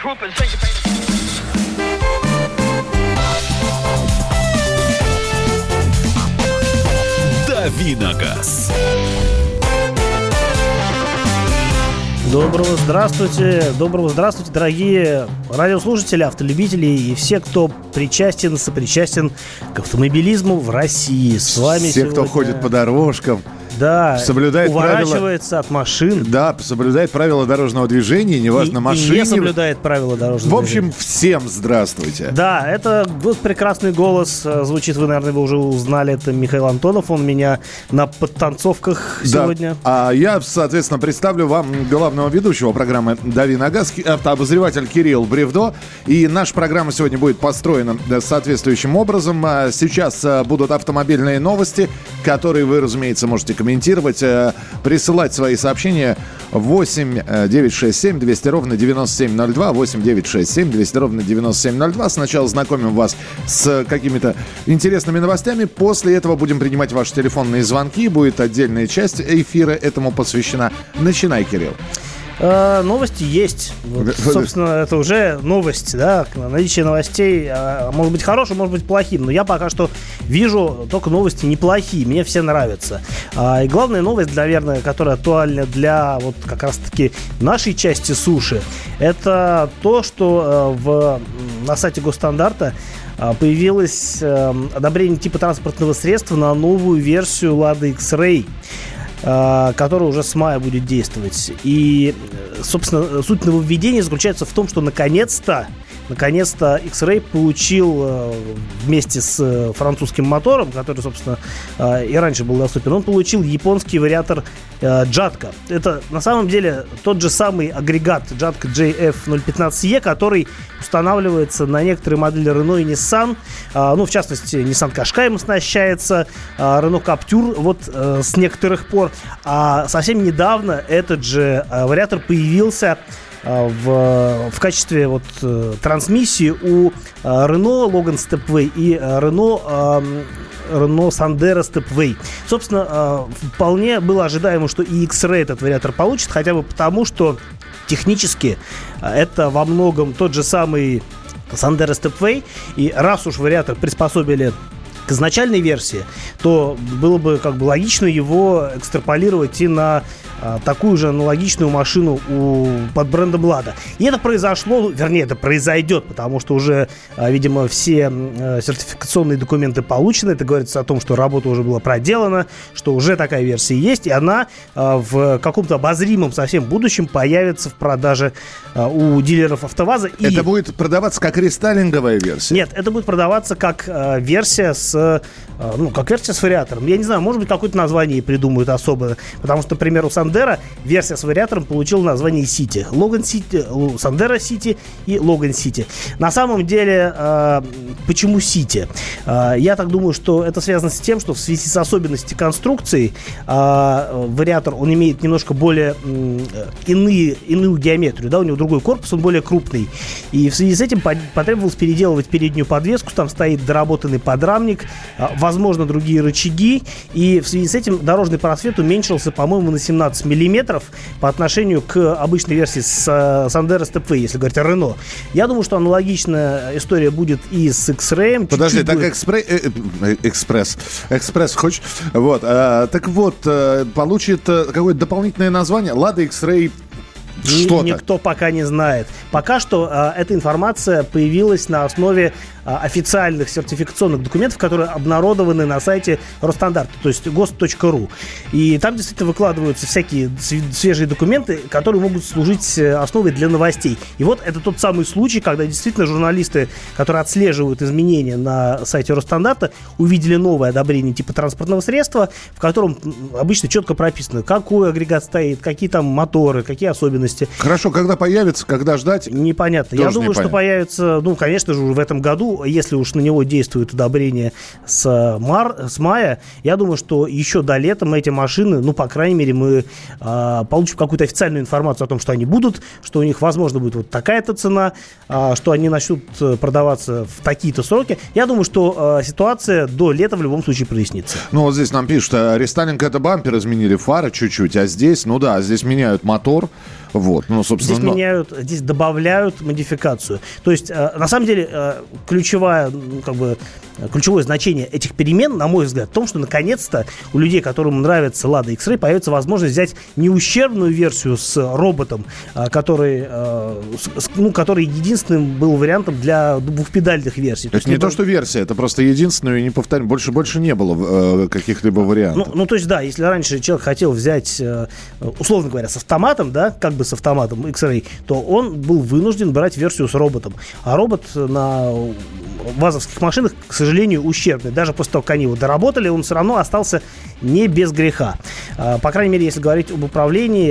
Давиногаз. Доброго здравствуйте, дорогие радиослушатели, автолюбители и все, кто причастен, сопричастен к автомобилизму в России. С вами все, сегодня... кто ходит по дорожкам. Да, соблюдает уворачивается от машин. Да, соблюдает правила дорожного движения, неважно, машине. И не соблюдает правила дорожного движения. В общем, всем здравствуйте. Да, это вот прекрасный голос звучит, вы, наверное, уже узнали, это Михаил Антонов, он меня на подтанцовках сегодня. А я, соответственно, представлю вам главного ведущего программы «Дави на газ», автообозреватель Кирилл Бревдо. И наша программа сегодня будет построена соответствующим образом. Сейчас будут автомобильные новости, которые вы, разумеется, можете комментировать, присылать свои сообщения 8 967 200 ровно 9702, 8 967 200 ровно 9702. Сначала знакомим вас с какими-то интересными новостями. После этого будем принимать ваши телефонные звонки. Будет отдельная часть эфира этому посвящена. Начинай, Кирилл. Новости есть. Вот, собственно, это уже новость, да, наличие новостей, может быть хорошим, может быть плохим, но я пока что вижу только новости неплохие, мне все нравятся. И главная новость, наверное, которая актуальна для вот как раз-таки нашей части суши, это то, что на сайте Госстандарта появилось одобрение типа транспортного средства на новую версию Lada X-Ray, которая уже с мая будет действовать. И, собственно, суть нововведения заключается в том, что наконец-то X-Ray получил вместе с французским мотором, который, собственно, и раньше был доступен, он получил японский вариатор Jatco. Это на самом деле тот же самый агрегат Jatco JF015E, который устанавливается на некоторые модели Renault и Nissan. В частности, Nissan Qashqai оснащается, Renault Captur вот с некоторых пор. А совсем недавно этот же вариатор появился в качестве вот трансмиссии у Renault Logan Stepway и Renault Sandero Stepway. Собственно, вполне было ожидаемо, что и X-Ray этот вариатор получит, хотя бы потому, что технически это во многом тот же самый Sandero Stepway, и раз уж вариатор приспособили к изначальной версии, то было бы как бы логично его экстраполировать и на такую же аналогичную машину под брендом Lada. И это произошло, вернее, это произойдет, потому что уже, видимо, все сертификационные документы получены. Это говорится о том, что работа уже была проделана, что уже такая версия есть, и она в каком-то обозримом совсем будущем появится в продаже у дилеров АвтоВАЗа. Это будет продаваться как рестайлинговая версия? Нет, это будет продаваться как версия с вариатором. Я не знаю, может быть, какое-то название придумают особое, потому что, например, у Sandero версия с вариатором получила название City. Logan City, Sandero City и Logan City. На самом деле, почему City? Я так думаю, что это связано с тем, что в связи с особенностями конструкции вариатор, он имеет немножко более иную геометрию, да, у него другой корпус, он более крупный. И в связи с этим потребовалось переделывать переднюю подвеску, там стоит доработанный подрамник, возможно, другие рычаги, и в связи с этим дорожный просвет уменьшился, по-моему, на 17 миллиметров по отношению к обычной версии с Sandero Stepway, если говорить о Renault. Я думаю, что аналогичная история будет и с X-Ray. Подожди, так Экспресс хочешь? Вот, так вот, получит какое-то дополнительное название Lada X-Ray. Что-то. Никто пока не знает. Пока что эта информация появилась на основе официальных сертификационных документов, которые обнародованы на сайте Росстандарта, то есть gost.ru. И там действительно выкладываются всякие свежие документы, которые могут служить основой для новостей. И вот это тот самый случай, когда действительно журналисты, которые отслеживают изменения на сайте Росстандарта, увидели новое одобрение типа транспортного средства, в котором обычно четко прописано, какой агрегат стоит, какие там моторы, какие особенности. Хорошо, когда появится, когда ждать? Непонятно. Я думаю, что появится, конечно же, в этом году, если уж на него действует одобрение с мая, я думаю, что еще до лета мы эти машины, по крайней мере, мы получим какую-то официальную информацию о том, что они будут, что у них, возможно, будет вот такая-то цена, что они начнут продаваться в такие-то сроки. Я думаю, что ситуация до лета в любом случае прояснится. Вот здесь нам пишут, рестайлинг — это бампер, изменили фары чуть-чуть, а здесь, здесь меняют мотор. Вот, ну, собственно, здесь меняют, здесь добавляют модификацию. То есть, на самом деле, ключевое значение этих перемен, на мой взгляд, в том, что наконец-то у людей, которым нравится Lada X-Ray, появится возможность взять не ущербную версию с роботом, который единственным был вариантом для двухпедальных версий. Это не то, что версия, это просто единственную, и не повторим, больше не было каких-либо вариантов. То есть, да, если раньше человек хотел взять, условно говоря, с автоматом, да, как бы с автоматом X-Ray, то он был вынужден брать версию с роботом. А робот на вазовских машинах, к сожалению, ущербный. Даже после того, как они его доработали, он все равно остался не без греха. По крайней мере, если говорить об управлении,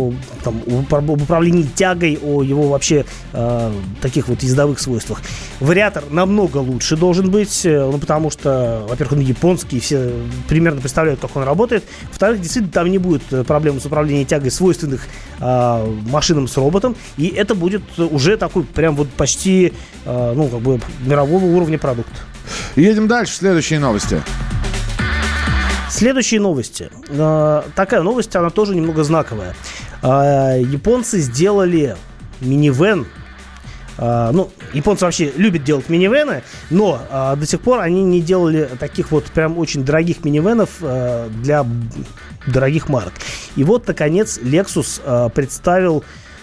об управлении тягой, о его вообще таких вот ездовых свойствах. Вариатор намного лучше должен быть, потому что, во-первых, он японский, все примерно представляют, как он работает. Во-вторых, действительно, там не будет проблем с управлением тягой, свойственных машинам с роботом, и это будет уже такой прям вот почти мирового уровня продукт. Едем дальше. Следующие новости. Следующие новости. Такая новость, она тоже немного знаковая. Японцы сделали минивэн. Японцы вообще любят делать минивэны, но до сих пор они не делали таких вот прям очень дорогих минивэнов для дорогих марок. И вот, наконец, Lexus представил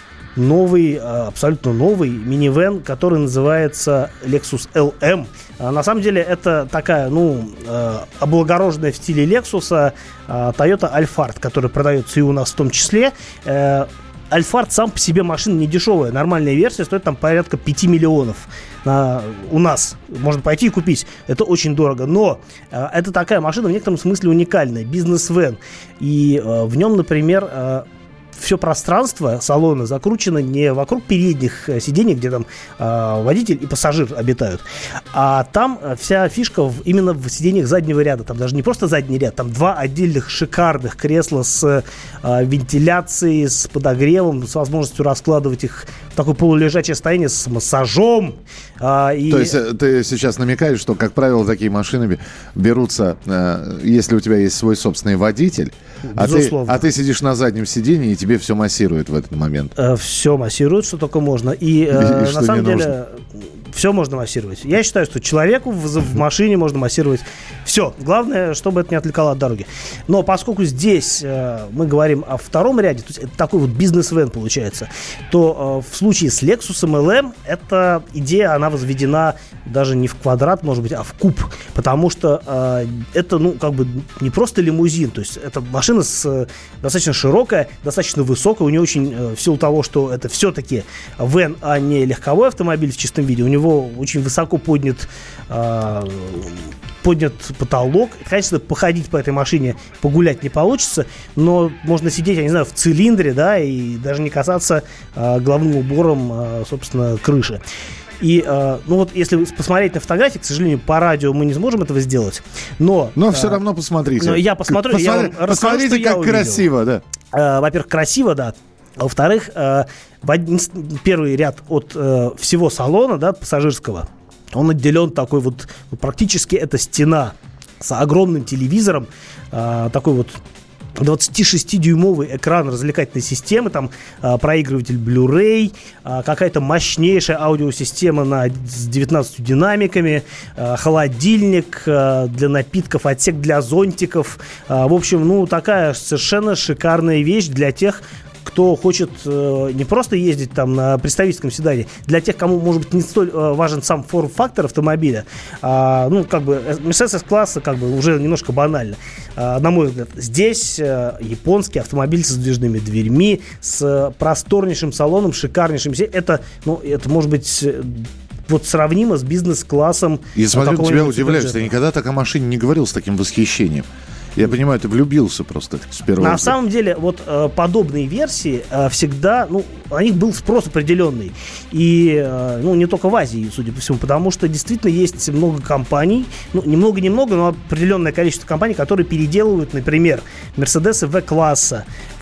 абсолютно новый минивэн, который называется Lexus LM. На самом деле это такая, облагороженная в стиле Lexus Toyota Alphard, которая продается и у нас в том числе. Alphard сам по себе машина не дешевая. Нормальная версия стоит там порядка 5 миллионов. У нас можно пойти и купить. Это очень дорого. Но это такая машина в некотором смысле уникальная. Бизнес-вэн. И в нем, например, все пространство салона закручено не вокруг передних сидений, где там водитель и пассажир обитают, а там вся фишка именно в сиденьях заднего ряда. Там даже не просто задний ряд, там два отдельных шикарных кресла с вентиляцией, с подогревом, с возможностью раскладывать их в такое полулежачее состояние с массажом. То есть ты сейчас намекаешь, что, как правило, такие машины берутся, если у тебя есть свой собственный водитель, а ты сидишь на заднем сидении, и тебе все массирует в этот момент. Все массирует, что только можно. И на самом деле все можно массировать. Я считаю, что человеку в машине можно массировать все. Главное, чтобы это не отвлекало от дороги. Но поскольку здесь мы говорим о втором ряде, то есть это такой вот бизнес-вэн получается, то в случае с Lexus LM эта идея, она возведена даже не в квадрат, может быть, а в куб. Потому что это, не просто лимузин. То есть это машина достаточно широкая, достаточно высокая. У нее очень, в силу того, что это все-таки вэн, а не легковой автомобиль в чистом виде, у него очень высоко поднят потолок. Конечно, походить по этой машине, погулять не получится, но можно сидеть, я не знаю, в цилиндре, да, и даже не касаться головным убором, собственно, крыши. И, если посмотреть на фотографии, к сожалению, по радио мы не сможем этого сделать, но все равно посмотрите. Но я посмотрю, я вам расскажу, посмотрите, что как красиво, да. Во-первых, красиво, да. А во-вторых, первый ряд от всего салона, да, пассажирского, он отделен такой вот, практически это стена с огромным телевизором, такой вот 26-дюймовый экран развлекательной системы, там проигрыватель Blu-ray, какая-то мощнейшая аудиосистема с 19 динамиками, холодильник для напитков, отсек для зонтиков. В общем, такая совершенно шикарная вещь для тех, кто хочет не просто ездить там на представительском седане, для тех, кому, может быть, не столь важен сам форм-фактор автомобиля, Mercedes S-класса уже немножко банально. На мой взгляд, здесь японский автомобиль со сдвижными дверьми, с просторнейшим салоном, шикарнейшим. Это может быть сравнимо с бизнес-классом. И смотрю, тебя удивляешь, ты никогда так о машине не говорил с таким восхищением. Я понимаю, ты влюбился просто с первого На самом деле, подобные версии всегда, на них был спрос определенный. И, не только в Азии, судя по всему, потому что действительно есть много компаний, немного, но определенное количество компаний, которые переделывают, например, Mercedes V-класса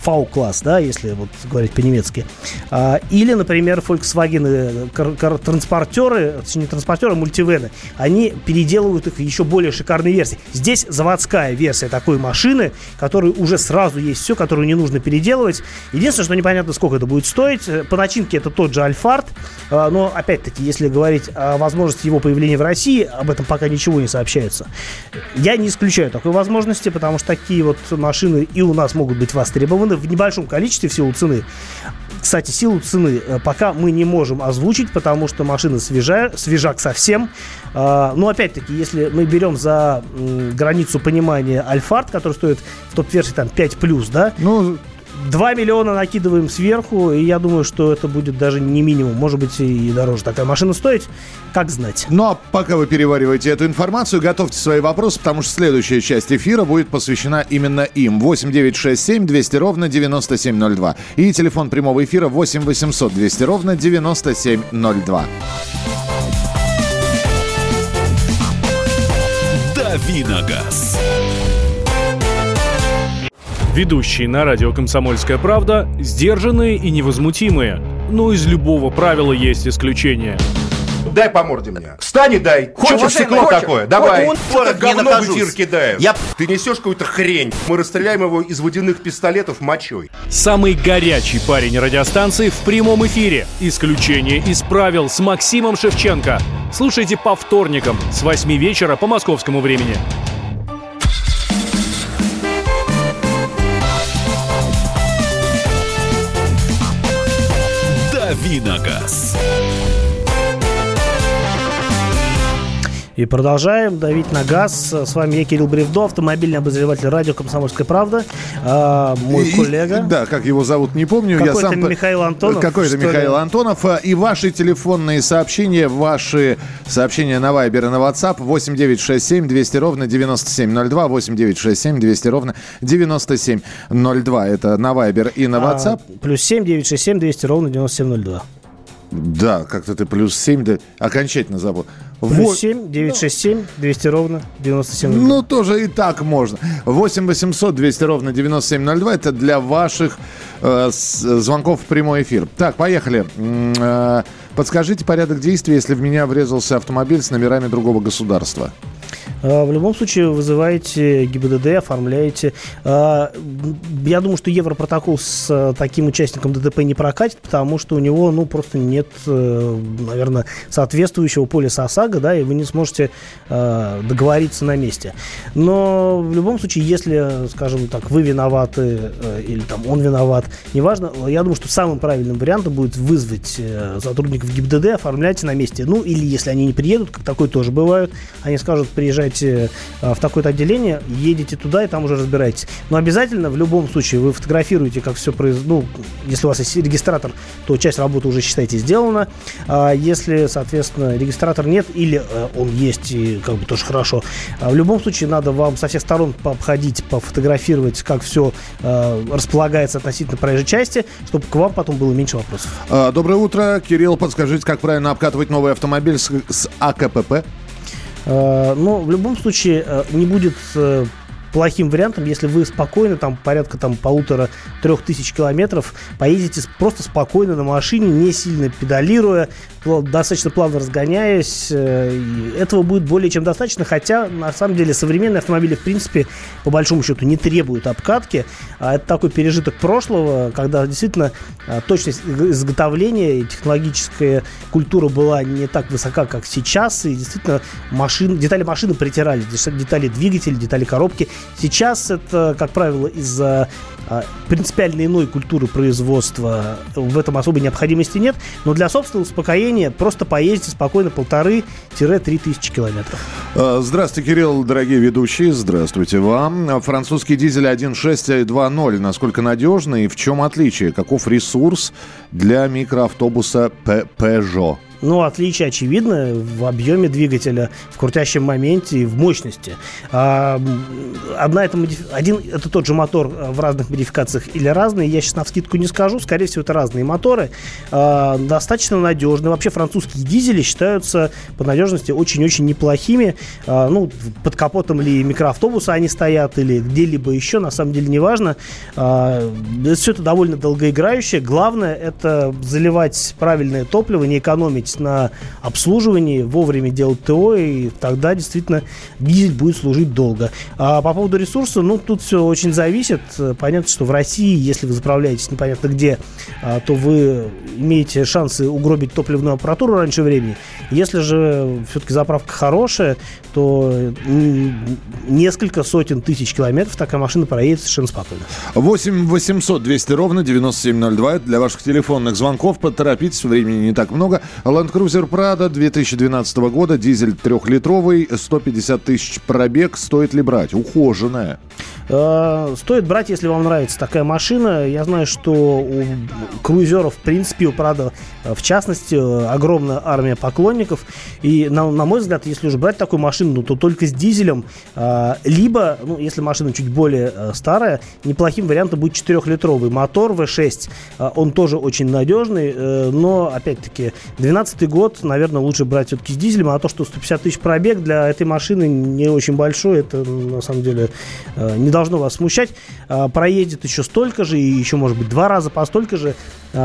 V-класс, да, если вот говорить по-немецки. Или, например, Volkswagen транспортеры, точнее, не транспортеры, а мультивены, они переделывают их в еще более шикарные версии. Здесь заводская версия такой машины, которой уже сразу есть все, которую не нужно переделывать. Единственное, что непонятно, сколько это будет стоить. По начинке это тот же Альфард, но, опять-таки, если говорить о возможности его появления в России, об этом пока ничего не сообщается. Я не исключаю такой возможности, потому что такие вот машины и у нас могут быть востребованы в небольшом количестве в силу цены. Кстати, силу цены пока мы не можем озвучить, потому что машина свежак совсем. Но опять-таки, если мы берем за границу понимания Альфард, который стоит в топ-версии там 5+, да? 2 миллиона накидываем сверху, и я думаю, что это будет даже не минимум, может быть и дороже такая машина стоить, как знать. Ну а пока вы перевариваете эту информацию, готовьте свои вопросы, потому что следующая часть эфира будет посвящена именно им. 8 9 6 7 200 ровно 9702. И телефон прямого эфира 8 800 200 ровно 9702. Давиногаз. Ведущие на радио «Комсомольская правда» сдержанные и невозмутимые. Но из любого правила есть исключение. Дай по морде мне. Встань и дай. Хочешь стекло такое? Давай. Что-то говно в эфир кидаешь. Ты несешь какую-то хрень. Мы расстреляем его из водяных пистолетов мочой. Самый горячий парень радиостанции в прямом эфире. Исключение из правил с Максимом Шевченко. Слушайте по вторникам с 8 вечера по московскому времени. Давиногаз. И продолжаем давить на газ. С вами я, Кирилл Бревдо, автомобильный обозреватель радио «Комсомольская правда». Мой коллега. Да, как его зовут, не помню. Какой-то Михаил Антонов. Какой-то Михаил Антонов. И ваши телефонные сообщения, ваши сообщения на Вайбер и на WhatsApp 8 9 6 7 200 ровно 9702. 8 9 6 7 200 ровно 9702. Это на Вайбер и на WhatsApp. Плюс 7 9 6 7 200 ровно 9702. Да, как-то ты плюс 7, да, окончательно забыл. Плюс 7, 967, 200 ровно 9702. Ну, тоже и так можно. 8 800 200 ровно 9702. Это для ваших звонков в прямой эфир. Так, поехали. Подскажите порядок действий, если в меня врезался автомобиль с номерами другого государства. В любом случае вызываете ГИБДД, оформляете. Я думаю, что Европротокол с таким участником ДТП не прокатит, потому что у него, просто нет, наверное, соответствующего полиса ОСАГО, да, и вы не сможете договориться на месте. Но в любом случае, если, скажем так, вы виноваты или там он виноват, неважно, я думаю, что самым правильным вариантом будет вызвать сотрудников ГИБДД, оформляйте на месте. Ну, или если они не приедут, как такое тоже бывает, они скажут: приезжайте в такое-то отделение, едете туда и там уже разбирайтесь. Но обязательно, в любом случае, вы фотографируете, как все произошло. Ну, если у вас есть регистратор, то часть работы уже, считайте, сделана. Если, соответственно, регистратор нет или он есть, и как бы тоже хорошо. В любом случае, надо вам со всех сторон пообходить, пофотографировать, как все располагается относительно проезжей части, чтобы к вам потом было меньше вопросов. Доброе утро. Кирилл, подскажите, как правильно обкатывать новый автомобиль с АКПП? Но в любом случае не будет плохим вариантом, если вы спокойно, там порядка 1500-3000 километров, поедете просто спокойно на машине, не сильно педалируя, достаточно плавно разгоняясь. Этого будет более чем достаточно, хотя на самом деле современные автомобили в принципе по большому счету не требуют обкатки. Это такой пережиток прошлого, когда действительно точность изготовления и технологическая культура была не так высока, как сейчас, и действительно детали машины притирали, детали двигателя, детали коробки. Сейчас это, как правило, из-за принципиально иной культуры производства в этом особой необходимости нет, но для собственного успокоения просто поездите спокойно 1500-3000 километров. Здравствуйте, Кирилл, дорогие ведущие, здравствуйте вам. Французский дизель 1.6 2.0, насколько надежный и в чем отличие? Каков ресурс для микроавтобуса Peugeot? Но отличие очевидно в объеме двигателя, в крутящем моменте и в мощности. Один это тот же мотор в разных модификациях или разные, я сейчас навскидку не скажу, скорее всего, это разные моторы, достаточно надежные. Вообще французские дизели считаются по надежности очень-очень неплохими. Под капотом ли микроавтобуса они стоят или где-либо еще, на самом деле не важно. Все это довольно долгоиграющее. Главное — это заливать правильное топливо, не экономить на обслуживании, вовремя делать ТО, и тогда действительно дизель будет служить долго. А по поводу ресурса, тут все очень зависит. Понятно, что в России, если вы заправляетесь непонятно где, то вы имеете шансы угробить топливную аппаратуру раньше времени. Если же все-таки заправка хорошая, то несколько сотен тысяч километров такая машина проедет совершенно спокойно. 8 800 200 ровно 9702. Это для ваших телефонных звонков. Поторопитесь, времени не так много. Land Cruiser Prado 2012 года, дизель 3-литровый, 150 тысяч пробег. Стоит ли брать? Ухоженная. Стоит брать, если вам нравится такая машина. Я знаю, что у круизеров, в принципе, у Prado, в частности, огромная армия поклонников. И, на мой взгляд, если уже брать такую машину, то только с дизелем. Либо, если машина чуть более старая, неплохим вариантом будет 4-литровый мотор V6. Он тоже очень надежный. Но, опять-таки, 2012 год, наверное, лучше брать все-таки с дизелем. А то, что 150 тысяч пробег для этой машины не очень большой, это, на самом деле, не должно вас смущать. Проедет еще столько же, и еще, может быть, 2 раза по столько же.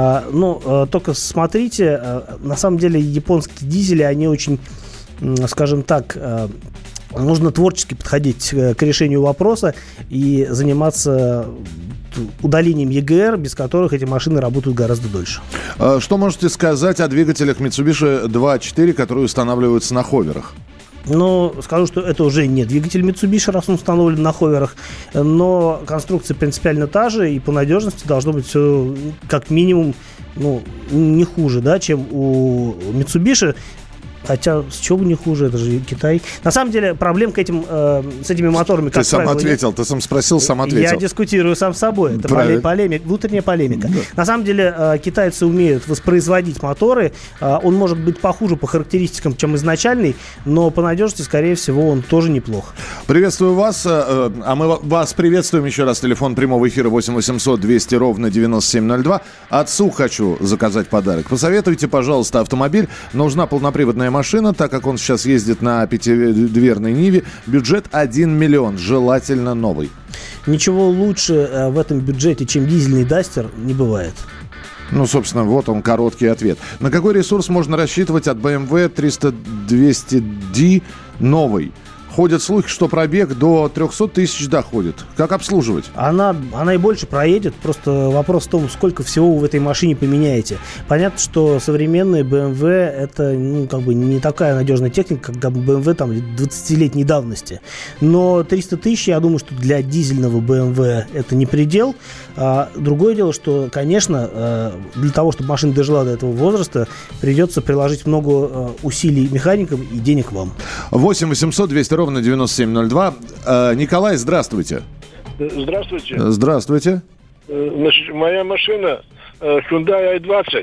Но только смотрите, на самом деле японские дизели, они очень, скажем так, нужно творчески подходить к решению вопроса и заниматься удалением ЕГР, без которых эти машины работают гораздо дольше. Что можете сказать о двигателях Mitsubishi 2.4, которые устанавливаются на ховерах? Скажу, что это уже не двигатель Mitsubishi, раз он установлен на ховерах, но конструкция принципиально та же, и по надежности должно быть все как минимум не хуже, чем у Mitsubishi. Хотя, с чего бы не хуже, это же Китай. На самом деле, проблем с этими моторами, как правило... Ты сам ответил, ты сам спросил, сам ответил. Я дискутирую сам с собой. Это внутренняя полемика. Да. На самом деле, китайцы умеют воспроизводить моторы. Он может быть похуже по характеристикам, чем изначальный, но по надежности, скорее всего, он тоже неплох. Приветствую вас. А мы вас приветствуем еще раз. Телефон прямого эфира 8 800 200 ровно 9702. Отцу хочу заказать подарок. Посоветуйте, пожалуйста, автомобиль. Нужна полноприводная машина, так как он сейчас ездит на 5-дверной Ниве. Бюджет 1 миллион, желательно новый. Ничего лучше в этом бюджете, чем дизельный Дастер, не бывает. Собственно, вот он, короткий ответ. На какой ресурс можно рассчитывать от BMW 300-200D новый? Ходят слухи, что пробег до 300 тысяч доходит. Как обслуживать? Она и больше проедет. Просто вопрос в том, сколько всего вы в этой машине поменяете. Понятно, что современные BMW это не такая надежная техника, как BMW 20-летней давности. Но 300 тысяч, я думаю, что для дизельного BMW это не предел. Другое дело, что, конечно, для того, чтобы машина дожила до этого возраста, придется приложить много усилий механикам и денег вам. 8 800 200 ровно 9702. Николай, здравствуйте. Здравствуйте. Здравствуйте. Значит, моя машина Hyundai i20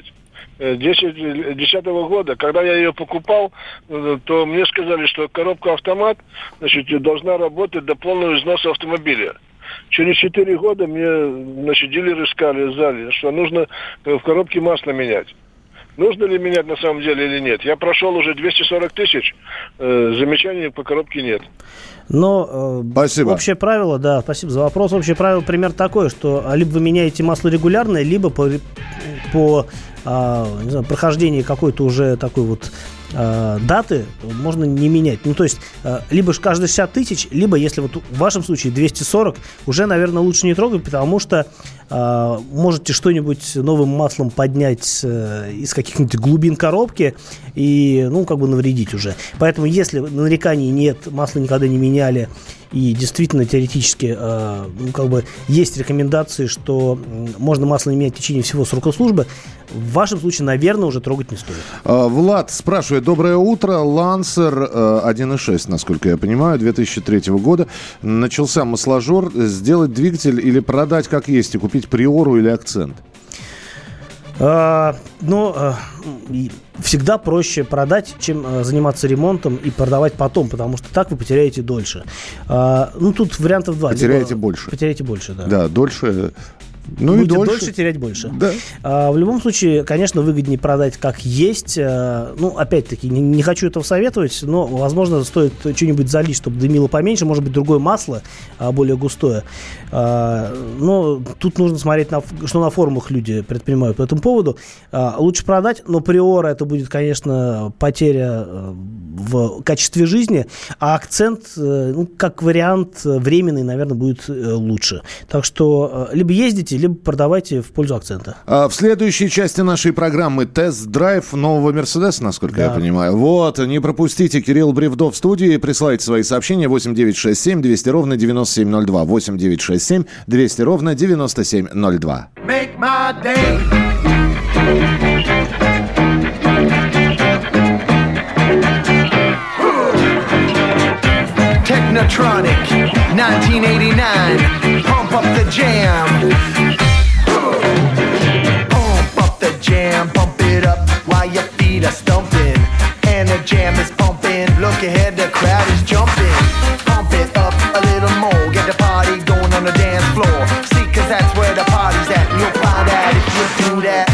2010 года. Когда я ее покупал, то мне сказали, что коробка автомат, должна работать до полного износа автомобиля. Через 4 года мне, дилеры сказали, что нужно в коробке масло менять. Нужно ли менять на самом деле или нет? Я прошел уже 240 тысяч, замечаний по коробке нет. Но спасибо. Общее правило, спасибо за вопрос. Общее правило, пример такой, что либо вы меняете масло регулярно, либо по прохождении какой-то уже такой даты можно не менять. То есть, либо каждые 60 тысяч, либо, если в вашем случае 240, уже, наверное, лучше не трогать, потому что можете что-нибудь новым маслом поднять из каких-нибудь глубин коробки и, навредить уже. Поэтому, если нареканий нет, масло никогда не меняли, и действительно, теоретически, есть рекомендации, что можно масло не менять в течение всего срока службы, в вашем случае, наверное, уже трогать не стоит. Влад спрашивает. Доброе утро. Lancer 1.6, насколько я понимаю, 2003 года. Начался масложор. Сделать двигатель или продать как есть и купить Приору или Акцент? всегда проще продать, чем заниматься ремонтом и продавать потом, потому что так вы потеряете дольше. Тут вариантов два. Потеряете больше. Потеряете больше, да. Да, дольше... Будет дольше терять больше. Да. В любом случае, конечно, выгоднее продать как есть. Опять-таки, не хочу этого советовать, но, возможно, стоит что-нибудь залить, чтобы дымило поменьше. Может быть, другое масло, более густое. Но тут нужно смотреть, что на форумах люди предпринимают по этому поводу. Лучше продать, но приора это будет, конечно, потеря в качестве жизни, а акцент, как вариант, временный, наверное, будет лучше. Так что либо ездите, либо продавайте в пользу акцента. В следующей части нашей программы тест-драйв нового Мерседеса, насколько я понимаю. Вот, не пропустите. Кирилл Бревдо в студии. Присылайте свои сообщения 8967 200 ровно 9702. 8967 200 ровно 9702. Make my day. Technotronic, 1989. Pump up the jam. Pump up the jam. Pump it up while your feet are stumping. And the jam is pumping. Look ahead, the crowd is jumping. Pump it up a little more. Get the party going on the dance floor. See, 'cause that's where the party's at. You'll find out if you do that.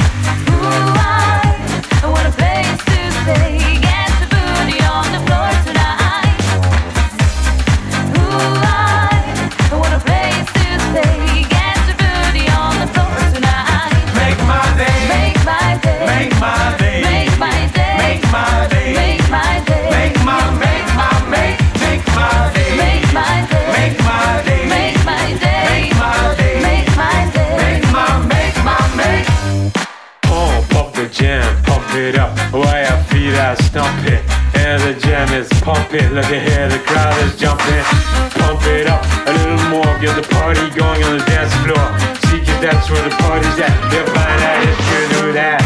Ooh, I want a place to stay. Get the booty on the floor tonight. Ooh, I want a place to stay. Get the booty on the floor tonight. Make my day. Make my day. Make my day. Make my day. Make my day. Make my day. Make my day. Make my day. Make my day. Make my day. Make my day. Make my day. Make my day. Make. Pump up the jam, pump it up while your feet are stomping. And the jam is pumping. Look ahead, the crowd is jumping. Pump it up a little more, get the party going on the dance floor. See, 'cause that's where the party's at. You'll find out if you do that.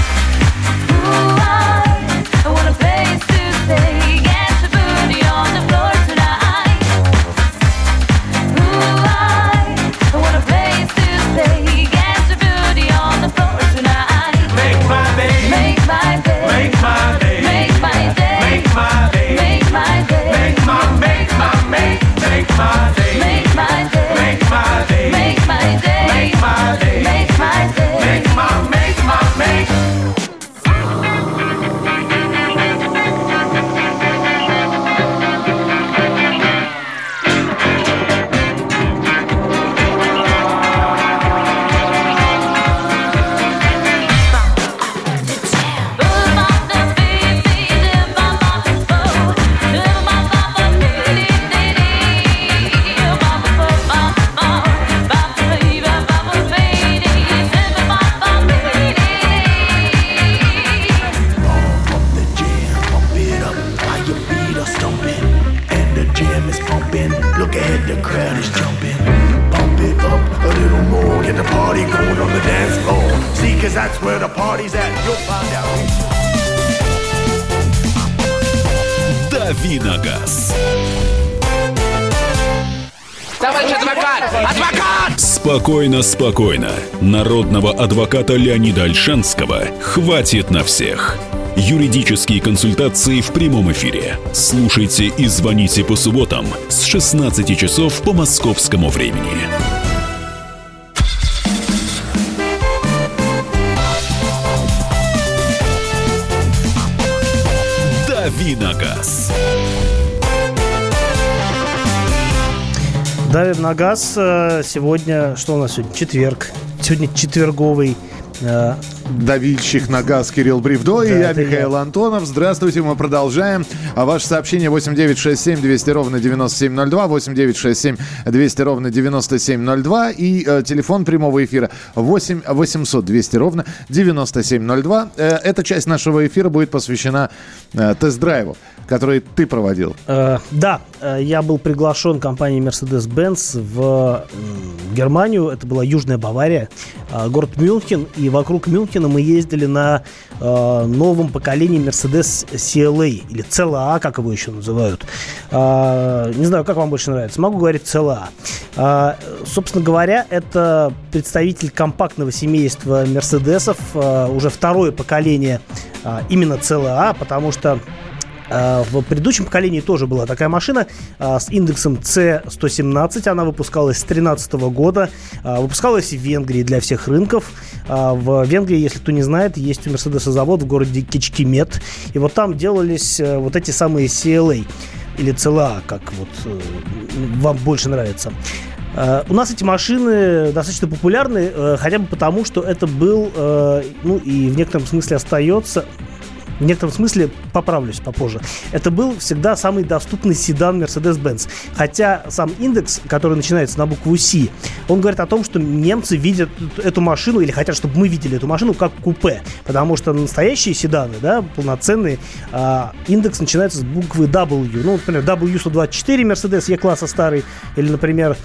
Ooh, I want a place to stay. Get the booty on the floor tonight. Ooh, I want a place to stay. Get the booty on the floor tonight. Make my day. Make my day. Make my day. Make my day. Make my day. Make my day. Make my day. Make my day. Make my day. Make my day. Make my day. Make my day. Make my day. Make my day. Make my make. Look ahead, the crowd is jumping. Pump it up a little more. Get the party going on the dance floor. See, 'cause that's where the party's at. You'll find out. Дави на газ. Товарищ адвокат! Адвокат! Спокойно, спокойно. Народного адвоката Леонида Ольшанского хватит на всех. Юридические консультации в прямом эфире. Слушайте и звоните по субботам с 16 часов по московскому времени. Дави на газ. Давим на газ. Сегодня, что у нас сегодня? Четверг. Сегодня четверговый давильщик на газ Кирилл Бревдо, да, и я, Михаил Антонов. Здравствуйте, мы продолжаем. Ваше сообщение 8967 200 ровно 9702, 8967 200 ровно 9702 и телефон прямого эфира 8 800 200 ровно 9702. Эта часть нашего эфира будет посвящена тест-драйву, который ты проводил. Да, я был приглашен компанией Mercedes-Benz в Германию. Это была Южная Бавария, город Мюнхен. И вокруг Мюнхена мы ездили на новом поколении Mercedes CLA, или CLA, как его еще называют. Не знаю, как вам больше нравится. Могу говорить CLA. Собственно говоря, это представитель компактного семейства Мерседесов. Уже второе поколение именно CLA, потому что в предыдущем поколении тоже была такая машина с индексом C117. Она выпускалась с 2013 года. Выпускалась в Венгрии для всех рынков. В Венгрии, если кто не знает, есть у Мерседеса завод в городе Кичкимет. И вот там делались вот эти самые CLA или CLA, как вот вам больше нравится. У нас эти машины достаточно популярны, хотя бы потому, что это был, ну и в некотором смысле остается... В некотором смысле, поправлюсь попозже, это был всегда самый доступный седан Mercedes-Benz. Хотя сам индекс, который начинается на букву C, он говорит о том, что немцы видят эту машину, или хотят, чтобы мы видели эту машину как купе. Потому что настоящие седаны, да, полноценные, индекс начинается с буквы W. Ну, например, W124 Mercedes E-класса старый, или, например,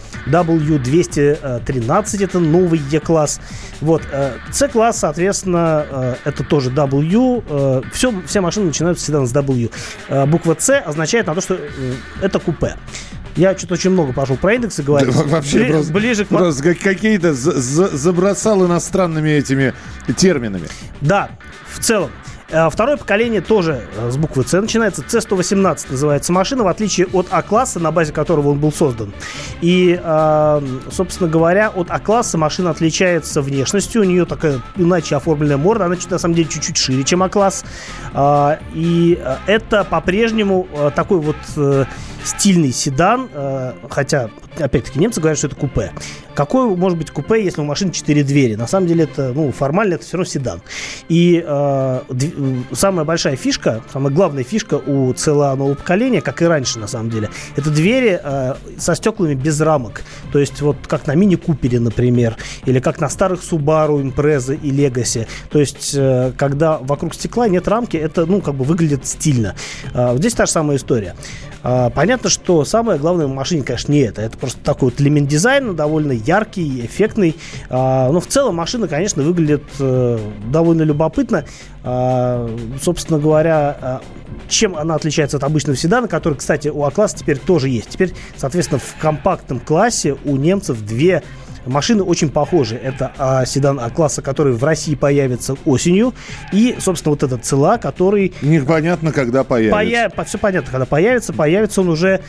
W213, это новый E-класс. Вот. C-класс, соответственно, это тоже W. Все машины начинаются всегда с W. Буква C означает на то, что это купе. Я что-то очень много пошел про индексы говорить. Да, вообще ближе к... Просто какие-то забросал иностранными этими терминами. Да, в целом. Второе поколение тоже с буквы C начинается. C118 называется машина, в отличие от А-класса, на базе которого он был создан. И, собственно говоря, от А-класса машина отличается внешностью. У нее такая иначе оформленная морда. Она, на самом деле, чуть-чуть шире, чем А-класс. И это по-прежнему такой вот стильный седан. Хотя, опять-таки, немцы говорят, что это купе. Какое может быть купе, если у машины 4 двери? На самом деле, это, формально это все равно седан. И самая большая фишка, самая главная фишка у CLA нового поколения, как и раньше, на самом деле, это двери со стеклами без рамок. То есть, вот как на мини-купере, например, или как на старых Subaru, Impreza и Legacy. То есть, когда вокруг стекла нет рамки, это, выглядит стильно. Здесь та же самая история. Понятно, что самое главное в машине, конечно, не это. Это просто такой вот элемент дизайна, довольно яркий, эффектный. Но в целом машина, конечно, выглядит довольно любопытно. Собственно говоря, чем она отличается от обычного седана, который, кстати, у А-класса теперь тоже есть. Теперь, соответственно, в компактном классе у немцев две машины очень похожи. Это седан А-класса, который в России появится осенью, и, собственно, вот этот CLA, который... Непонятно, когда появится. Все понятно, когда появится. Появится он уже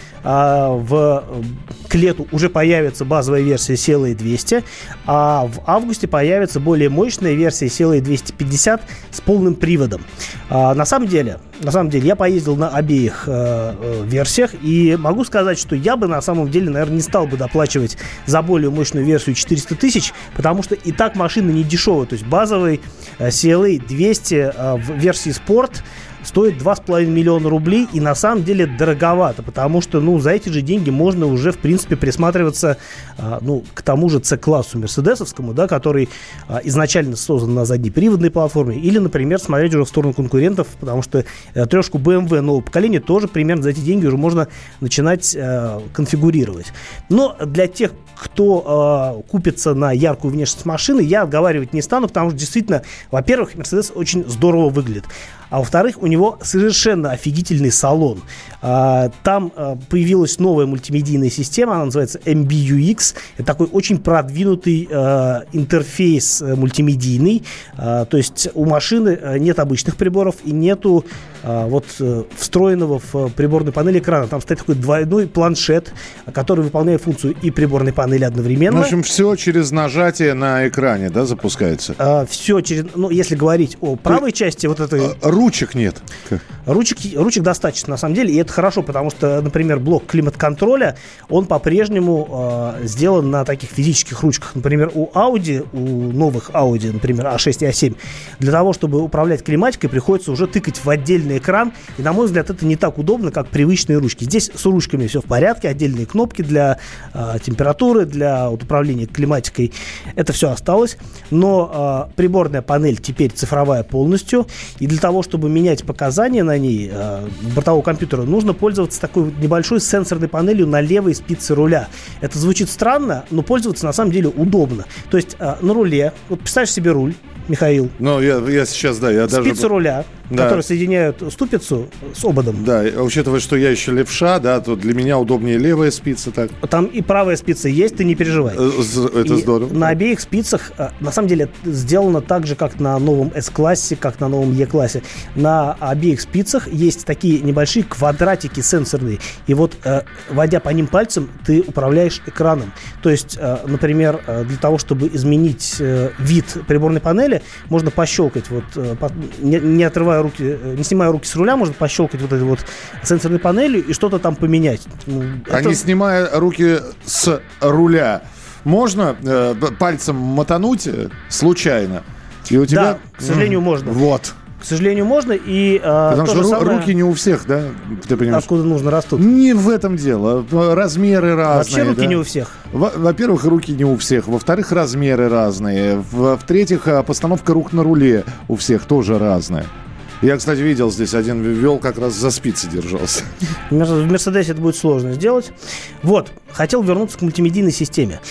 к лету уже появится базовая версия CLA 200, а в августе появится более мощная версия CLA 250 с полным приводом. На самом деле, я поездил на обеих версиях, и могу сказать, что я бы, на самом деле, наверное, не стал бы доплачивать за более мощную версию 400 тысяч, потому что и так машина не дешевая. То есть базовый CLA 200 в версии Sport стоит 2,5 миллиона рублей, и на самом деле дороговато, потому что, за эти же деньги можно уже, в принципе, присматриваться, к тому же C-классу мерседесовскому, да, который изначально создан на заднеприводной платформе, или, например, смотреть уже в сторону конкурентов, потому что трешку BMW нового поколения тоже примерно за эти деньги уже можно начинать конфигурировать. Но для тех, кто купится на яркую внешность машины, я отговаривать не стану, потому что действительно, во-первых, Mercedes очень здорово выглядит. А во-вторых, у него совершенно офигительный салон. Там появилась новая мультимедийная система, она называется MBUX. Это такой очень продвинутый интерфейс мультимедийный. То есть у машины нет обычных приборов и нету встроенного в приборную панель экрана. Там стоит такой двойной планшет, который выполняет функцию и приборной панели одновременно. В общем, все через нажатие на экране, да, запускается? Все через... если говорить о правой части вот этой... Ручек нет. Ручек достаточно, на самом деле, и это хорошо, потому что, например, блок климат-контроля, он по-прежнему сделан на таких физических ручках. Например, у новых Audi, например, A6 и A7, для того, чтобы управлять климатикой, приходится уже тыкать в отдельный экран, и, на мой взгляд, это не так удобно, как привычные ручки. Здесь с ручками все в порядке, отдельные кнопки для температуры, для управления климатикой, это все осталось, но приборная панель теперь цифровая полностью, и для того, чтобы менять показания на ней бортового компьютера, нужно пользоваться такой небольшой сенсорной панелью на левой спице руля. Это звучит странно, но пользоваться на самом деле удобно. То есть на руле, вот представь себе руль, Михаил. Я сейчас, я даже... Спица руля. которые соединяют ступицу с ободом. Да, учитывая, что я еще левша, да, то для меня удобнее левая спица. Так. Там и правая спица есть, ты не переживай. Это здорово. На обеих спицах, на самом деле, сделано так же, как на новом S-классе, как на новом E-классе. На обеих спицах есть такие небольшие квадратики сенсорные. И вот, водя по ним пальцем, ты управляешь экраном. То есть, например, для того, чтобы изменить вид приборной панели, можно пощелкать, не отрывая руки, не снимая руки с руля, можно пощелкать вот этой вот сенсорной панелью и что-то там поменять. Не снимая руки с руля, можно пальцем мотануть случайно? И у тебя... Да, к сожалению, можно. Вот. К сожалению, можно. И, потому что руки не у всех, да? Ты понимаешь? Откуда нужно растут? Не в этом дело. Размеры разные. Вообще руки не у всех. Во-первых, руки не у всех. Во-вторых, размеры разные. В-третьих, постановка рук на руле у всех тоже разная. Я, кстати, видел здесь, один вел, как раз за спицы держался. В Мерседесе это будет сложно сделать. Вот, хотел вернуться к мультимедийной системе.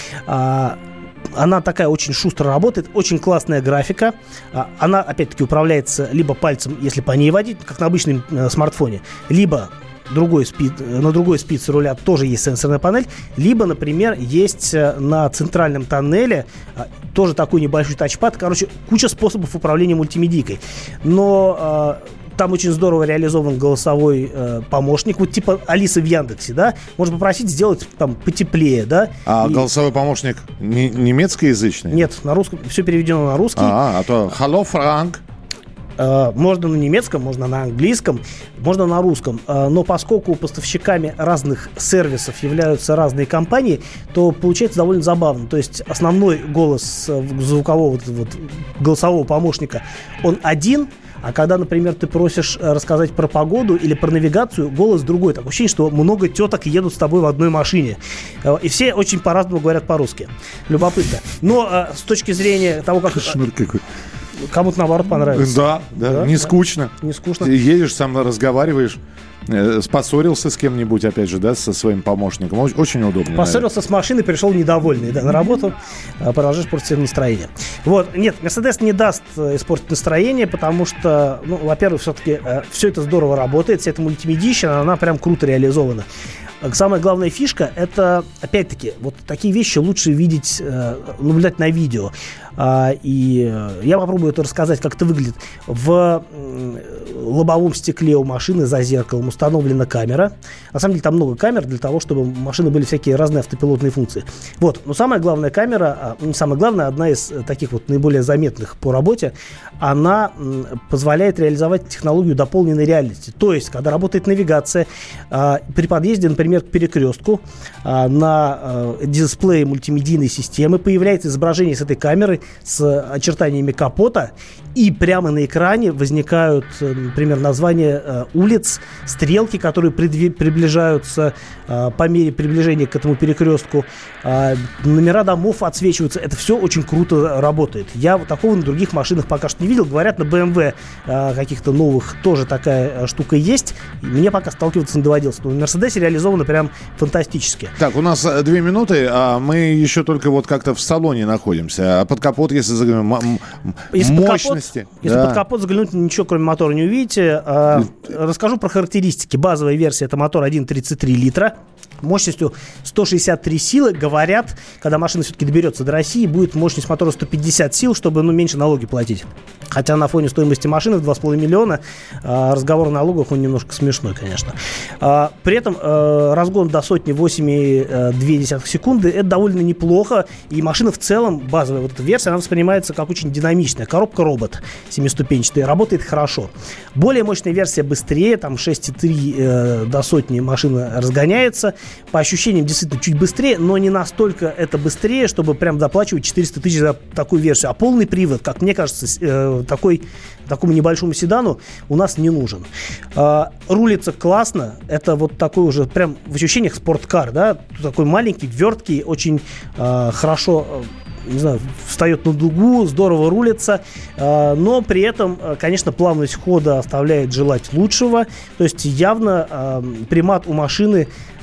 Она такая очень шустро работает, очень классная графика. Она, опять-таки, управляется либо пальцем, если по ней водить, как на обычном смартфоне, либо на другой спице руля тоже есть сенсорная панель, либо, например, есть на центральном тоннеле тоже такой небольшой тачпад. Короче, куча способов управления мультимедийкой. Но там очень здорово реализован голосовой помощник, вот типа Алисы в Яндексе, да? Можно попросить сделать там потеплее, да? Голосовой помощник немецкоязычный? Нет, на русском, все переведено на русский. А то «Hello, Frank». Можно на немецком, можно на английском, можно на русском. Но поскольку поставщиками разных сервисов являются разные компании, то получается довольно забавно. То есть основной голос звукового голосового помощника, он один, а когда, например, ты просишь рассказать про погоду или про навигацию, голос другой. Такое ощущение, что много теток едут с тобой в одной машине. И все очень по-разному говорят по-русски. Любопытно. Но с точки зрения того, как... Кошмар какой. Кому-то, наоборот, понравится. Да, не скучно. Не скучно. Ты едешь, сам разговариваешь, поссорился с кем-нибудь, опять же, да, со своим помощником. Очень удобно. Поссорился с машиной, пришел недовольный, да, на работу, продолжаешь портить себе настроение. Вот, нет, Mercedes не даст испортить настроение, потому что, во-первых, все-таки все это здорово работает, вся эта мультимедийщина, она прям круто реализована. Самая главная фишка – это, опять-таки, вот такие вещи лучше видеть, наблюдать на видео. И я попробую это рассказать, как это выглядит. В лобовом стекле у машины за зеркалом установлена камера. На самом деле там много камер для того, чтобы у машины были всякие разные автопилотные функции. Вот. Но самая главная камера, не самая главная, одна из таких вот наиболее заметных по работе, она позволяет реализовать технологию дополненной реальности. То есть, когда работает навигация, при подъезде, например, к перекрестку, на дисплее мультимедийной системы появляется изображение с этой камеры с очертаниями капота, и прямо на экране возникают, например, названия улиц, стрелки, которые приближаются по мере приближения к этому перекрестку, номера домов отсвечиваются. Это все очень круто работает. Я такого на других машинах пока что не видел. Говорят, на BMW каких-то новых тоже такая штука есть. Мне пока сталкиваться не доводилось. Но на Mercedes реализовано прям фантастически. Так, у нас 2 минуты, а мы еще только вот как-то в салоне находимся. А под капот, если заглянем, мощности. Если под капот заглянуть, ничего кроме мотора не увидите. Расскажу про характеристики. Базовая версия — это мотор 1.33 литра. Мощностью 163 силы. Говорят, когда машина все-таки доберется до России, будет мощность мотора 150 сил, чтобы меньше налоги платить. Хотя на фоне стоимости машины в 2,5 миллиона разговор о налогах, он немножко смешной, конечно. При этом разгон до сотни 8,2 секунды. Это довольно неплохо. И машина в целом, базовая вот эта версия, она воспринимается как очень динамичная. Коробка-робот 7-ступенчатая. Работает хорошо. Более мощная версия быстрее. Там 6,3 до сотни машина разгоняется. По ощущениям действительно чуть быстрее, но не настолько это быстрее, чтобы прям доплачивать 400 тысяч за такую версию. А полный привод, как мне кажется, такому небольшому седану у нас не нужен. Рулится классно. Это вот такой уже прям в ощущениях спорткар, да? Такой маленький, верткий, очень хорошо, не знаю, встает на дугу, здорово рулится, но при этом, конечно, плавность хода оставляет желать лучшего. То есть явно примат у машины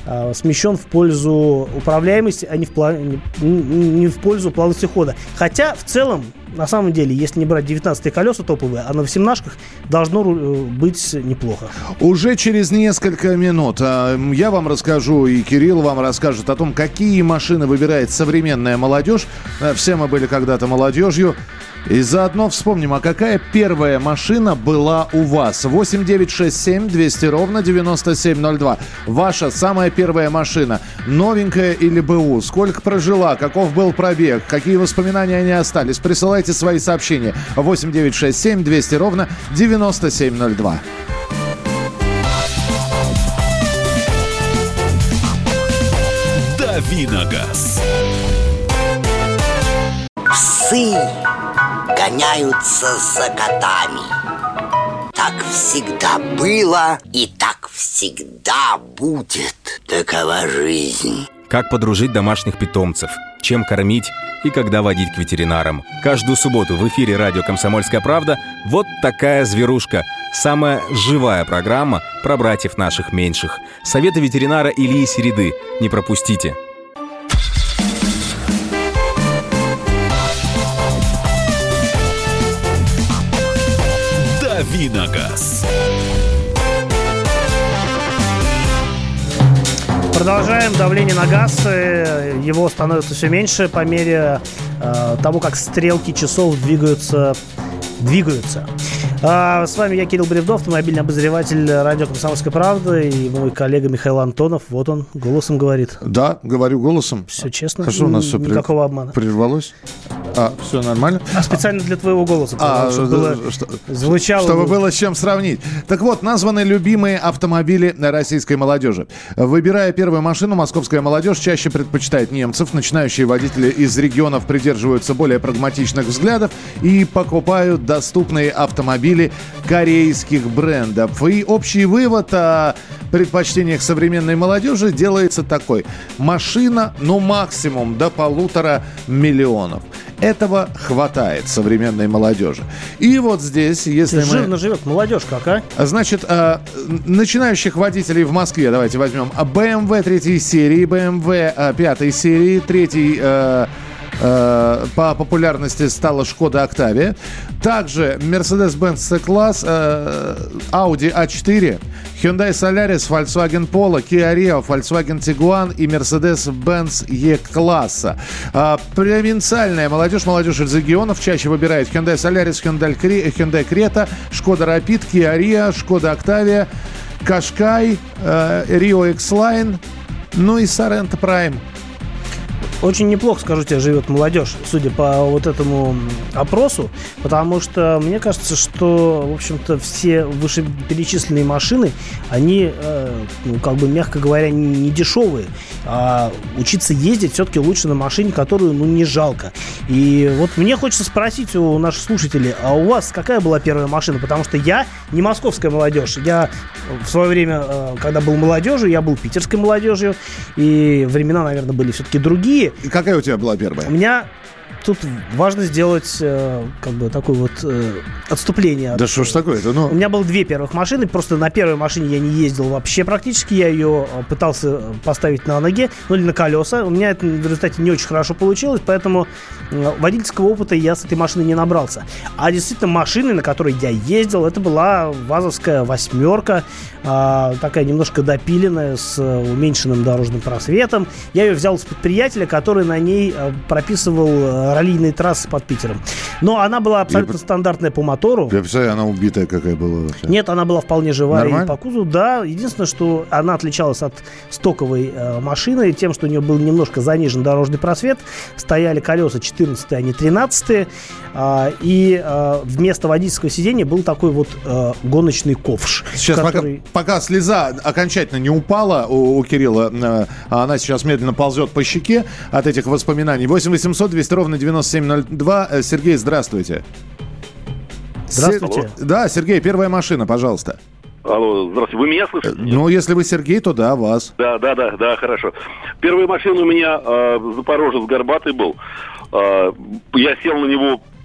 смещен в пользу управляемости, а не в пользу плавности хода. Хотя, в целом, на самом деле, если не брать 19-е колеса топовые, а на 18-ках должно быть неплохо. Уже через несколько минут я вам расскажу, и Кирилл вам расскажет о том, какие машины выбирает современная молодежь. Все мы были когда-то молодежью. И заодно вспомним, а какая первая машина была у вас? 8 9 6 7 200 ровно 9702. Ваша самая первая машина. Новенькая или БУ? Сколько прожила? Каков был пробег? Какие воспоминания о ней остались? Присылайте свои сообщения. 8 9 6 7 200 ровно 9702. Давиногаз. Псы гоняются за котами. Так всегда было и так всегда будет. Такова жизнь. Как подружить домашних питомцев, чем кормить и когда водить к ветеринарам. Каждую субботу в эфире радио «Комсомольская правда» вот такая зверушка. Самая живая программа про братьев наших меньших. Советы ветеринара Ильи Середы. Не пропустите. Давиногаз. Продолжаем давление на газ. Его становится все меньше по мере того, как стрелки часов двигаются. С вами я, Кирилл Бревдо, автомобильный обозреватель радио «Комсомольская правда», и мой коллега Михаил Антонов. Вот он голосом говорит. Да, говорю голосом. Все честно. А что у нас все никакого обмана. Прервалось? Все нормально? Специально для твоего голоса. Звучало. Чтобы было с чем сравнить. Так вот, названы любимые автомобили российской молодежи. Выбирая первую машину, московская молодежь чаще предпочитает немцев. Начинающие водители из регионов придерживаются более прагматичных взглядов и покупают доступные автомобили корейских брендов. И общий вывод о предпочтениях современной молодежи делается такой. Машина, максимум до 1,5 миллиона. Этого хватает современной молодежи. И вот здесь, если жирно живет молодежь какая? Значит, начинающих водителей в Москве давайте возьмем. BMW 3 серии, BMW 5 серии, 3 по популярности стала Шкода Октавия. Также Mercedes-Benz C-класс, Audi A4, Hyundai Solaris, Volkswagen Polo, Kia Rio, Volkswagen Tiguan и Mercedes-Benz E-класса. Провинциальная молодежь из регионов чаще выбирает Hyundai Solaris, Hyundai Creta, Шкода Rapid, Kia Rio, Шкода Octavia, Qashqai, Rio X-Line, и Sorento Prime. Очень неплохо, скажу тебе, живет молодежь, судя по вот этому опросу, потому что мне кажется, что, в общем-то, все вышеперечисленные машины, они, мягко говоря, не дешевые, а учиться ездить все-таки лучше на машине, которую, не жалко. И вот мне хочется спросить у наших слушателей, а у вас какая была первая машина? Потому что я не московская молодежь, я в свое время, когда был молодежью, я был питерской молодежью, и времена, наверное, были все-таки другие. И какая у тебя была первая? У меня тут важно сделать такое отступление. Да что ж такое-то? У меня было 2 первых машины. Просто на первой машине я не ездил вообще практически. Я ее пытался поставить на ноги, или на колеса. У меня это в результате не очень хорошо получилось, поэтому водительского опыта я с этой машины не набрался. А действительно, машиной, на которой я ездил, это была ВАЗовская 8, такая немножко допиленная, с уменьшенным дорожным просветом. Я ее взял с предприятеля, который на ней прописывал раллийные трассы под Питером. Но она была абсолютно стандартная по мотору. Я представляю, она убитая какая была вообще. Нет, она была вполне живая. Нормально? И по кузову. Да, единственное, что она отличалась от стоковой машины тем, что у нее был немножко занижен дорожный просвет. Стояли колеса 14, а не 13. И вместо водительского сидения был такой гоночный ковш. Сейчас, пока слеза окончательно не упала у Кирилла, она сейчас медленно ползет по щеке от этих воспоминаний. 8 800 200 ровно 9702. Сергей, здравствуйте. Здравствуйте. Да, Сергей, первая машина, пожалуйста. Алло, здравствуйте. Вы меня слышите? Если вы Сергей, то да, вас. Да, хорошо. Первая машина у меня Запорожец горбатый был. Я сел на него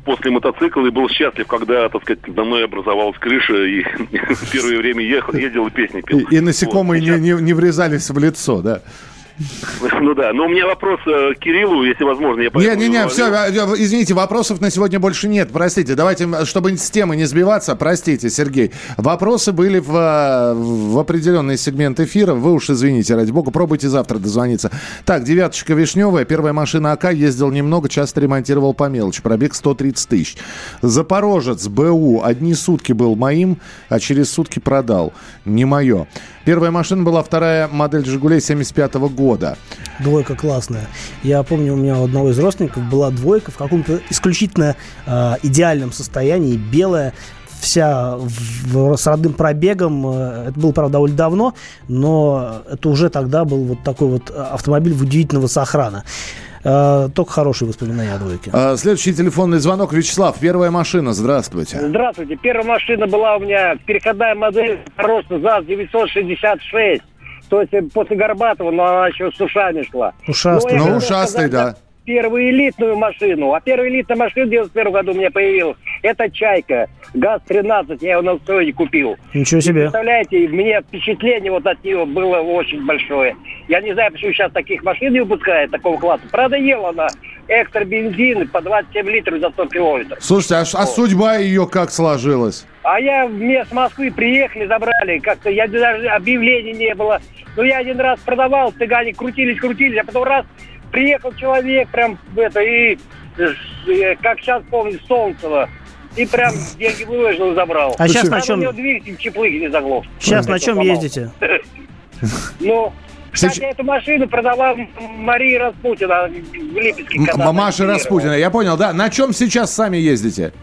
после мотоцикла и был счастлив, когда, так сказать, надо мной образовалась крыша, и в первое время ездил и песни пел. И насекомые не врезались в лицо, да? Ну да, но у меня вопрос к Кириллу, если возможно. Не, все, извините, вопросов на сегодня больше нет, простите. Давайте, чтобы с темы не сбиваться, простите, Сергей. Вопросы были в определенный сегмент эфира, вы уж извините, ради бога, пробуйте завтра дозвониться. Так, 9-очка вишневая, первая машина АК, ездил немного, часто ремонтировал по мелочи, пробег 130 тысяч. Запорожец, БУ, одни сутки был моим, а через сутки продал. Не мое. Первая машина была вторая модель «Жигулей» 75-го года. Двойка классная. Я помню, у меня у одного из родственников была двойка в каком-то исключительно идеальном состоянии, белая, вся с родным пробегом. Это было, правда, довольно давно, но это уже тогда был вот такой вот автомобиль удивительного сохрана. Только хорошие воспоминания о двойке. Следующий телефонный звонок. Вячеслав, первая машина. Здравствуйте. Здравствуйте. Первая машина была у меня переходная модель просто ЗАЗ-966. То есть после Горбатова, но она еще с ушами шла. Ушастый. Ну, ушастый, да. Первую элитную машину. А первая элитная машина в 91 году у меня появилась. Это «Чайка». ГАЗ-13. Я его на аукционе купил. Ничего себе. Представляете, мне впечатление вот от нее было очень большое. Я не знаю, почему сейчас таких машин не выпускают, такого класса. Правда, ела она экстра бензин по 27 литров за 100 километров. Слушайте, а судьба ее как сложилась? А мне с Москвы приехали, забрали. Как-то даже объявлений не было. Но я один раз продавал, цыгане крутились, а потом раз приехал человек прям и как сейчас помню, Солнцево. И прям деньги выложил и забрал. А сейчас на чем? У него двигатель чеплыги не заглох. Сейчас на чем ездите? Ну, кстати, эту машину продала Мария Распутина в Липецке. Маша Распутина, я понял, да. На чем сейчас сами ездите?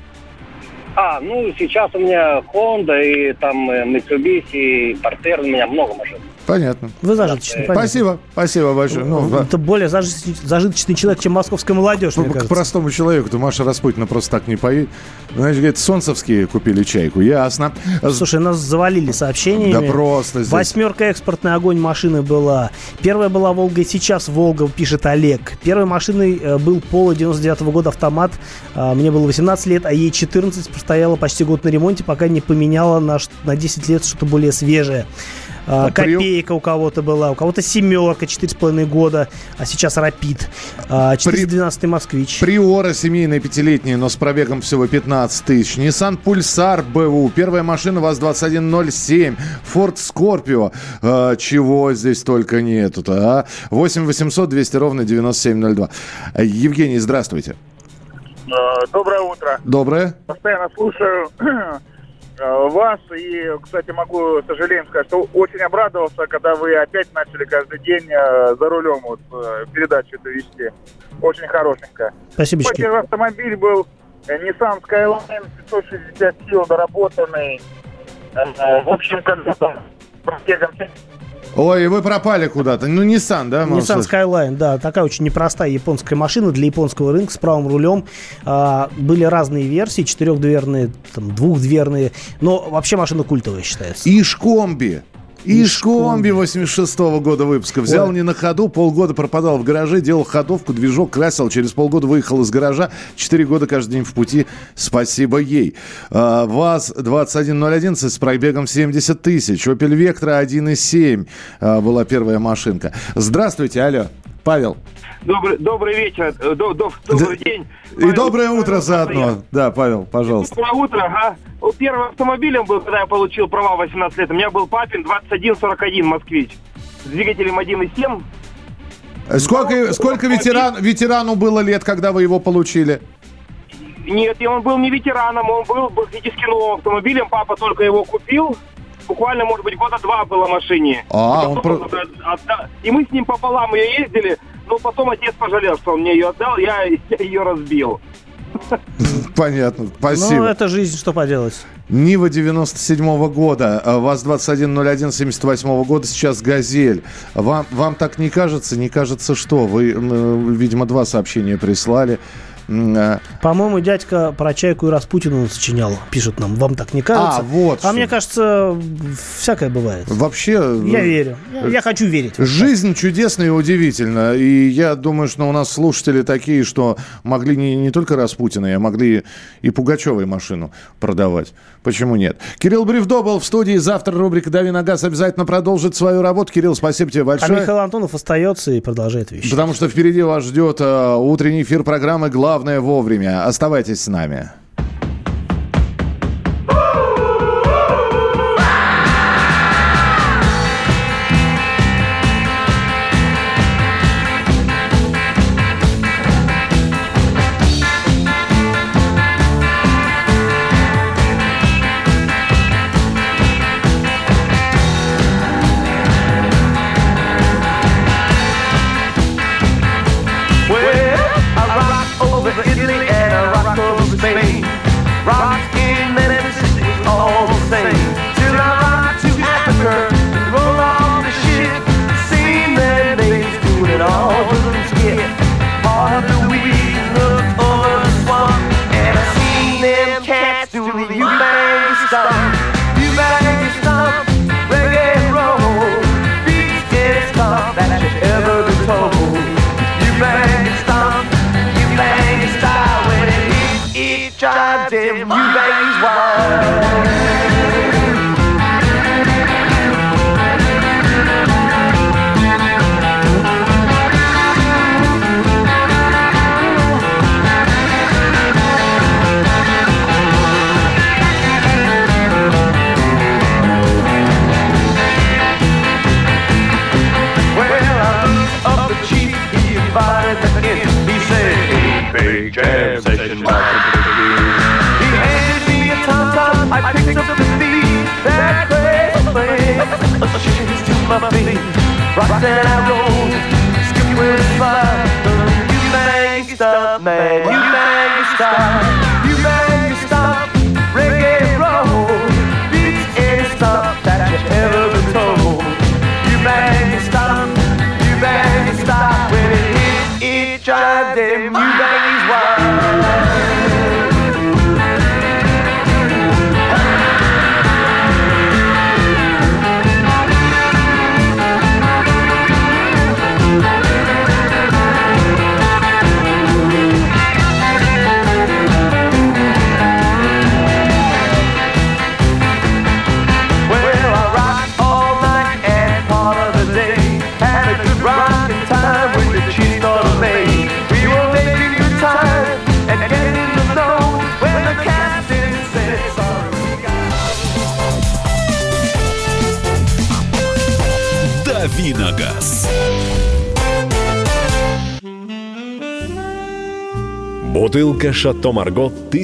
Сейчас у меня Honda и там Mitsubishi, и Porter, у меня много машин. Понятно. Вы зажиточный. Спасибо большое. Это более зажиточный человек, чем московская молодежь, мне кажется. К простому человеку-то Маша Распутина просто так не поедет. Значит, говорит, солнцевские купили «Чайку». Ясно. Слушай, нас завалили сообщениями. Да просто здесь. 8-ка экспортный огонь машины была. Первая была «Волга», сейчас «Волга», пишет Олег. Первой машиной был Поло 99-го года автомат. Мне было 18 лет, а ей 14. Простояла почти год на ремонте, пока не поменяла на 10 лет что-то более свежее. Копейка у кого-то была, у кого-то «Семерка», 4,5 года, а сейчас «Рапид». 412-й «Москвич». Приора семейная, 5-летняя, но с пробегом всего 15 тысяч. Nissan Pulsar БУ. Первая машина ВАЗ-2107. Ford Scorpio. Чего здесь только нету-то, а? 8 800 200 ровно 9702. Евгений, здравствуйте. Доброе утро. Доброе. Постоянно слушаю вас и, кстати, могу с сожалением сказать, что очень обрадовался, когда вы опять начали каждый день за рулем передачу эту вести. Очень хорошенько. Спасибо. Первый автомобиль был Nissan Skyline 560 сил, доработанный. В общем, когда-то пробегом. Ой, вы пропали куда-то. Nissan, да? Nissan Skyline, да. Такая очень непростая японская машина для японского рынка с правым рулем. Были разные версии, 4-дверные, там, 2-дверные. Но вообще машина культовая считается. Ишкомби. Ишкомби 86-го года выпуска. Взял не на ходу, полгода пропадал в гараже, делал ходовку, движок красил, через полгода выехал из гаража, 4 года каждый день в пути. Спасибо ей. ВАЗ-2111 с пробегом 70 тысяч. Opel Vectra 1.7 была первая машинка. Здравствуйте, алло, Павел. Добрый вечер, добрый день. И доброе утро заодно. Да, Павел, пожалуйста. Доброе утро. Первым автомобилем был, когда я получил права 18 лет, у меня был папин 2141 «Москвич» с двигателем 1.7. Сколько ветерану было лет, когда вы его получили? Нет, он был не ветераном, он был фактически новым автомобилем. Папа только его купил. Буквально, может быть, года 2 было машине. И мы с ним пополам ее ездили, но потом отец пожалел, что он мне ее отдал, я ее разбил. Понятно, спасибо. Ну, это жизнь, что поделать. Нива 97-го года, ВАЗ-2101 78-го года, сейчас «Газель». Вам так не кажется? Не кажется, что? Вы, видимо, 2 сообщения прислали. По-моему, дядька про Чайку и Распутину сочинял, пишет нам. Вам так не кажется? Мне кажется, всякое бывает. Вообще... Я верю. Я хочу верить. Жизнь чудесна и удивительна. И я думаю, что у нас слушатели такие, что могли не только Распутина, а могли и Пугачевой машину продавать. Почему нет? Кирилл Бревдо был в студии. Завтра рубрика «Дави на газ» обязательно продолжит свою работу. Кирилл, спасибо тебе большое. А Михаил Антонов остается и продолжает вещать. Потому что впереди вас ждет утренний эфир программы «Главное вовремя». Оставайтесь с нами. Rock that I roll, skip with fire. You bang, you stop, man. You bang, you stop. You bang, you stop. Reggae roll, beats any stop that you ever been told. You bang, you stop. You bang, you stop. When it hits each drive, them you bang is wild. «Дави на газ». Бутылка «Шато Марго»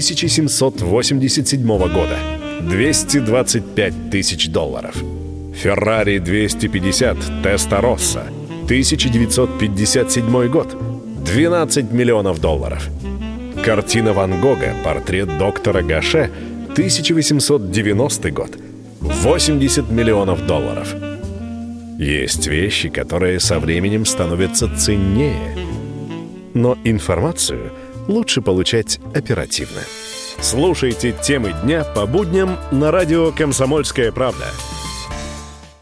1787 года. $225 тысяч. «Феррари 250 Теста-Росса» 1957 год. $12 миллионов. Картина Ван Гога «Портрет доктора Гаше» 1890 год. $80 миллионов. Есть вещи, которые со временем становятся ценнее. Но информацию лучше получать оперативно. Слушайте темы дня по будням на радио «Комсомольская правда».